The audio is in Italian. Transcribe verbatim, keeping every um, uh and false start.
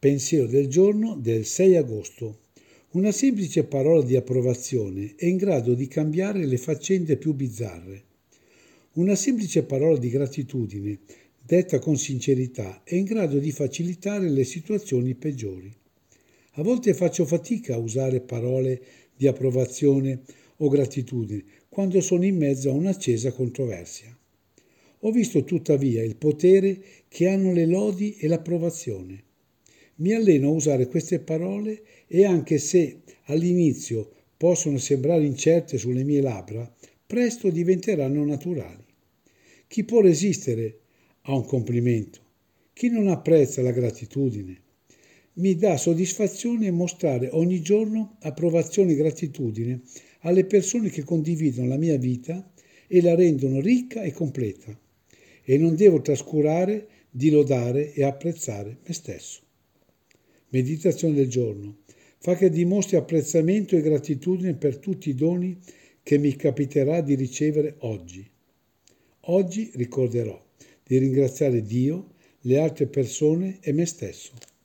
Pensiero del giorno del sei agosto. Una semplice parola di approvazione è in grado di cambiare le faccende più bizzarre. Una semplice parola di gratitudine, detta con sincerità, è in grado di facilitare le situazioni peggiori. A volte faccio fatica a usare parole di approvazione o gratitudine quando sono in mezzo a un'accesa controversia. Ho visto tuttavia il potere che hanno le lodi e l'approvazione. Mi alleno a usare queste parole e anche se all'inizio possono sembrare incerte sulle mie labbra, presto diventeranno naturali. Chi può resistere a un complimento? Chi non apprezza la gratitudine? Mi dà soddisfazione mostrare ogni giorno approvazione e gratitudine alle persone che condividono la mia vita e la rendono ricca e completa. E non devo trascurare di lodare e apprezzare me stesso. Meditazione del giorno. Fa che dimostri apprezzamento e gratitudine per tutti i doni che mi capiterà di ricevere oggi. Oggi ricorderò di ringraziare Dio, le altre persone e me stesso.